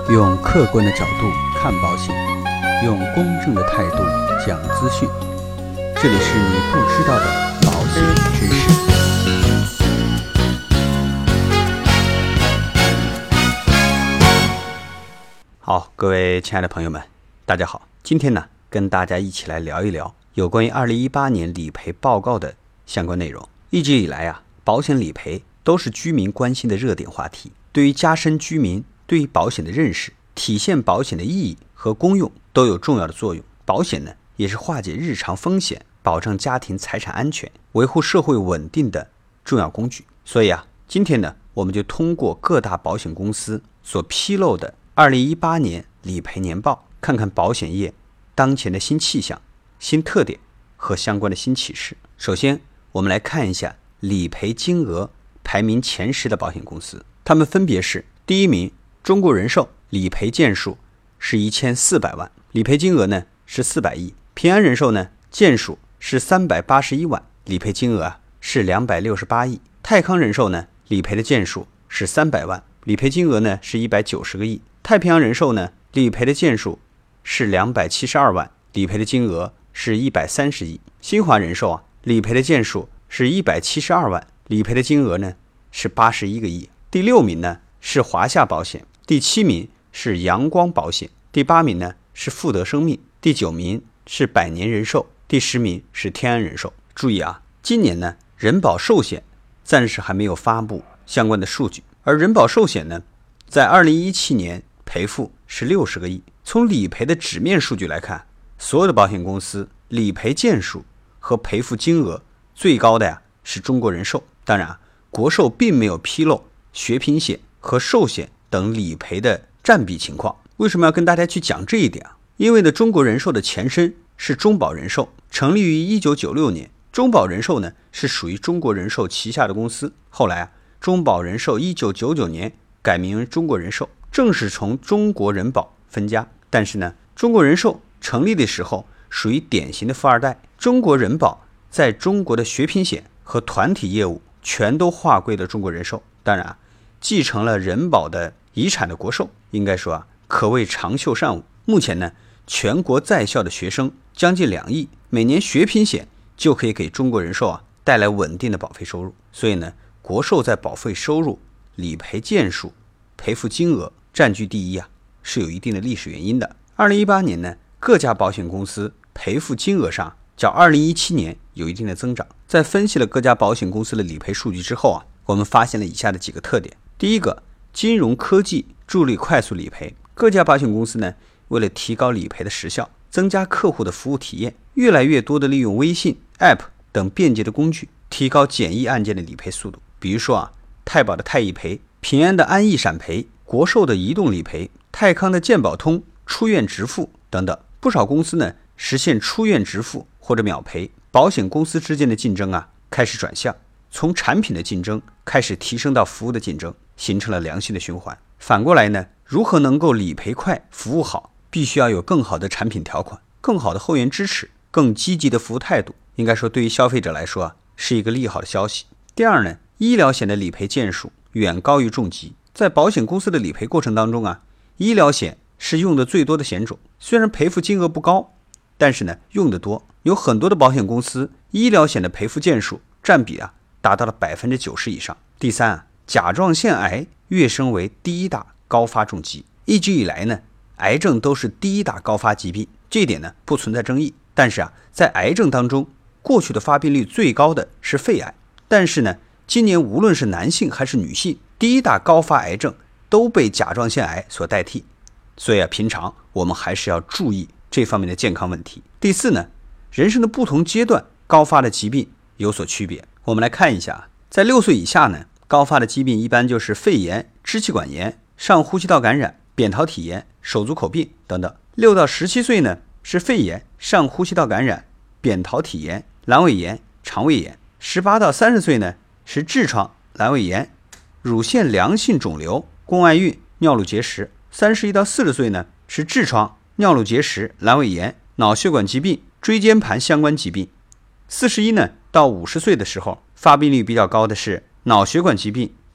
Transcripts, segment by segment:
用客观的角度看保险，用公正的态度讲资讯。这里是你不知道的保险知识。好，各位亲爱的朋友们，大家好。今天呢，跟大家一起来聊一聊有关于2018年理赔报告的相关内容。一直以来啊，保险理赔都是居民关心的热点话题。对于加深居民对于保险的认识，体现保险的意义和功用都有重要的作用。保险呢，也是化解日常风险、保障家庭财产安全、维护社会稳定的重要工具。所以啊，今天呢，我们就通过各大保险公司所披露的2018年理赔年报，看看保险业当前的新气象、新特点和相关的新启示。首先，我们来看一下理赔金额排名前10的保险公司，他们分别是：第一名中国人寿，理赔件数是1400万，理赔金额呢是400亿；平安人寿呢件数是381万，理赔金额是268亿；泰康人寿呢理赔的件数是300万，理赔金额呢是190个亿；太平洋人寿呢理赔的件数是272万，理赔的金额是130亿；新华人寿理赔的件数是172万，理赔的金额呢是81个亿。第6名呢是华夏保险，第7名是阳光保险，第8名呢是富德生命，第9名是百年人寿，第10名是天安人寿。注意啊，今年呢人保寿险暂时还没有发布相关的数据，而人保寿险呢在2017年赔付是60个亿。从理赔的纸面数据来看，所有的保险公司理赔件数和赔付金额最高的是中国人寿。当然国寿并没有披露学平险和寿险等理赔的占比情况。为什么要跟大家去讲这一点因为呢，中国人寿的前身是中保人寿，成立于1996年。中保人寿呢是属于中国人寿旗下的公司，后来中保人寿1999年改名为中国人寿，正是从中国人保分家。但是呢，中国人寿成立的时候属于典型的富二代，中国人保在中国的学平险和团体业务全都划归了中国人寿。当然继承了人保的遗产的国寿，应该说可谓长袖善舞。目前呢，全国在校的学生将近2亿，每年学平险就可以给中国人寿带来稳定的保费收入。所以呢，国寿在保费收入、理赔件数、赔付金额占据第一是有一定的历史原因的。2018年呢，各家保险公司赔付金额上较2017年有一定的增长。在分析了各家保险公司的理赔数据之后我们发现了以下的几个特点。第一个，金融科技助力快速理赔。各家保险公司呢，为了提高理赔的时效，增加客户的服务体验，越来越多的利用微信 App 等便捷的工具，提高简易案件的理赔速度。比如说太保的太易赔，平安的安易闪赔，国寿的移动理赔，泰康的健保通出院直付等等。不少公司呢实现出院直付或者秒赔。保险公司之间的竞争开始转向，从产品的竞争开始提升到服务的竞争，形成了良性的循环。反过来呢，如何能够理赔快、服务好，必须要有更好的产品条款、更好的后援支持、更积极的服务态度。应该说对于消费者来说是一个利好的消息。第二呢，医疗险的理赔件数远高于重疾。在保险公司的理赔过程当中医疗险是用的最多的险种，虽然赔付金额不高，但是呢用得多。有很多的保险公司医疗险的赔付件数占比达到了90%以上。第三甲状腺癌跃升为第1大高发重疾。一直以来呢，癌症都是第1大高发疾病，这一点呢不存在争议。但是在癌症当中，过去的发病率最高的是肺癌，但是呢，今年无论是男性还是女性，第1大高发癌症都被甲状腺癌所代替。所以平常我们还是要注意这方面的健康问题。第四呢，人生的不同阶段高发的疾病有所区别。我们来看一下，在6岁以下呢，高发的疾病一般就是肺炎、支气管炎、上呼吸道感染、扁桃体炎、手足口病等等。6到17岁呢是肺炎、上呼吸道感染、扁桃体炎、阑尾炎、肠胃炎。18到30岁呢是痔疮、阑尾炎、乳腺良性肿瘤、宫外孕、尿路结石。31到40岁呢是痔疮、尿路结石、阑尾炎、脑血管疾病、椎间盘相关疾病。41呢到50岁的时候，发病率比较高的是脑血管疾病、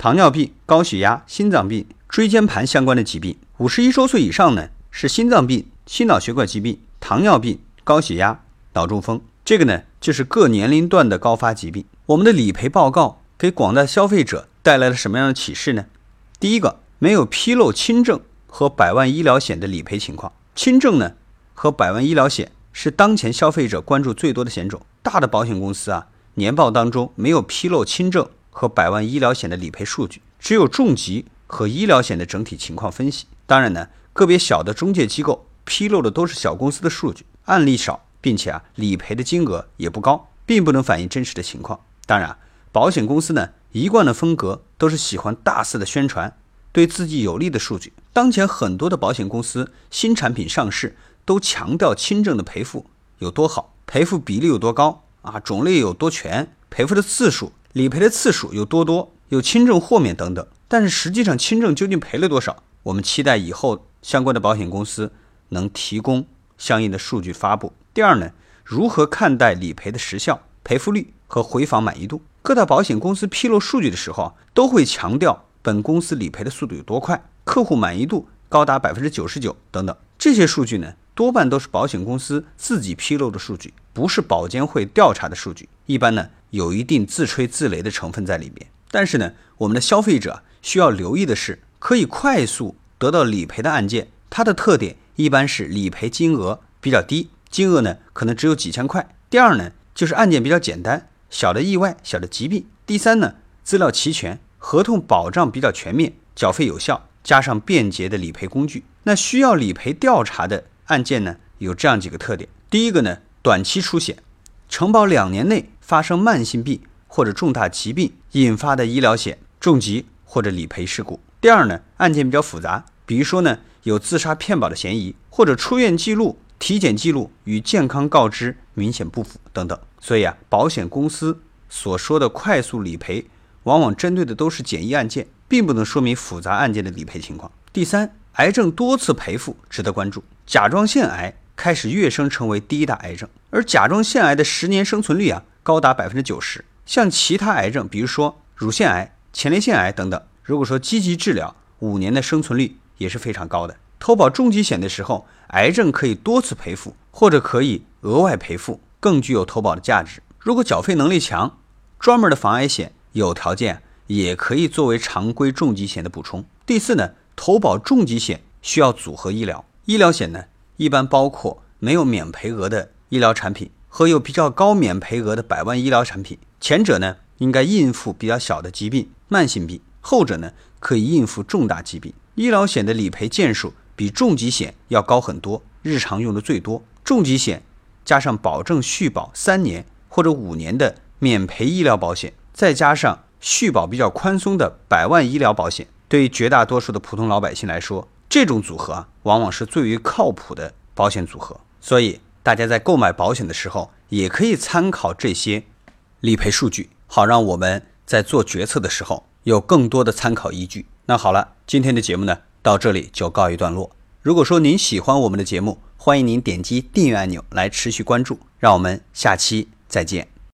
糖尿病、高血压、心脏病、椎间盘相关的疾病。51周岁以上呢，是心脏病、心脑血管疾病、糖尿病、高血压、脑中风。这个呢，就是各年龄段的高发疾病。我们的理赔报告给广大消费者带来了什么样的启示呢？第一个，没有披露轻症和百万医疗险的理赔情况。轻症呢和百万医疗险是当前消费者关注最多的险种。大的保险公司啊，年报当中没有披露轻症和百万医疗险的理赔数据，只有重疾和医疗险的整体情况分析。当然呢，个别小的中介机构披露的都是小公司的数据，案例少，并且理赔的金额也不高，并不能反映真实的情况。当然，保险公司呢一贯的风格都是喜欢大肆的宣传对自己有利的数据。当前很多的保险公司新产品上市都强调轻症的赔付有多好，赔付比例有多高啊，种类有多全，赔付的次数、理赔的次数有多多，有轻症豁免等等。但是实际上轻症究竟赔了多少？我们期待以后相关的保险公司能提供相应的数据发布。第二呢，如何看待理赔的时效、赔付率和回访满意度？各大保险公司披露数据的时候都会强调本公司理赔的速度有多快，客户满意度高达 99% 等等。这些数据呢，多半都是保险公司自己披露的数据，不是保监会调查的数据，一般呢有一定自吹自擂的成分在里面。但是呢，我们的消费者需要留意的是，可以快速得到理赔的案件，它的特点一般是理赔金额比较低，金额呢可能只有几千块。第二呢，就是案件比较简单，小的意外、小的疾病。第三呢，资料齐全，合同保障比较全面，缴费有效，加上便捷的理赔工具。那需要理赔调查的案件呢，有这样几个特点。第一个呢，短期出险，承保2年内发生慢性病或者重大疾病引发的医疗险、重疾或者理赔事故。第二呢，案件比较复杂，比如说呢，有自杀骗保的嫌疑，或者出院记录、体检记录与健康告知明显不符等等。所以啊，保险公司所说的快速理赔往往针对的都是简易案件，并不能说明复杂案件的理赔情况。第三，癌症多次赔付值得关注。甲状腺癌开始跃升成为第一大癌症，而甲状腺癌的10年生存率高达 90%。 像其他癌症，比如说乳腺癌、前列腺癌等等，如果说积极治疗，5年的生存率也是非常高的。投保重疾险的时候，癌症可以多次赔付，或者可以额外赔付，更具有投保的价值。如果缴费能力强，专门的防癌险有条件也可以作为常规重疾险的补充。第四呢，投保重疾险需要组合医疗。医疗险呢，一般包括没有免赔额的医疗产品和有比较高免赔额的百万医疗产品。前者呢，应该应付比较小的疾病、慢性病；后者呢，可以应付重大疾病。医疗险的理赔件数比重疾险要高很多，日常用的最多。重疾险加上保证续保3年或者5年的免赔医疗保险，再加上续保比较宽松的百万医疗保险，对于绝大多数的普通老百姓来说，这种组合往往是最为靠谱的保险组合。所以大家在购买保险的时候，也可以参考这些理赔数据，好让我们在做决策的时候有更多的参考依据。那好了，今天的节目呢，到这里就告一段落。如果说您喜欢我们的节目，欢迎您点击订阅按钮来持续关注。让我们下期再见。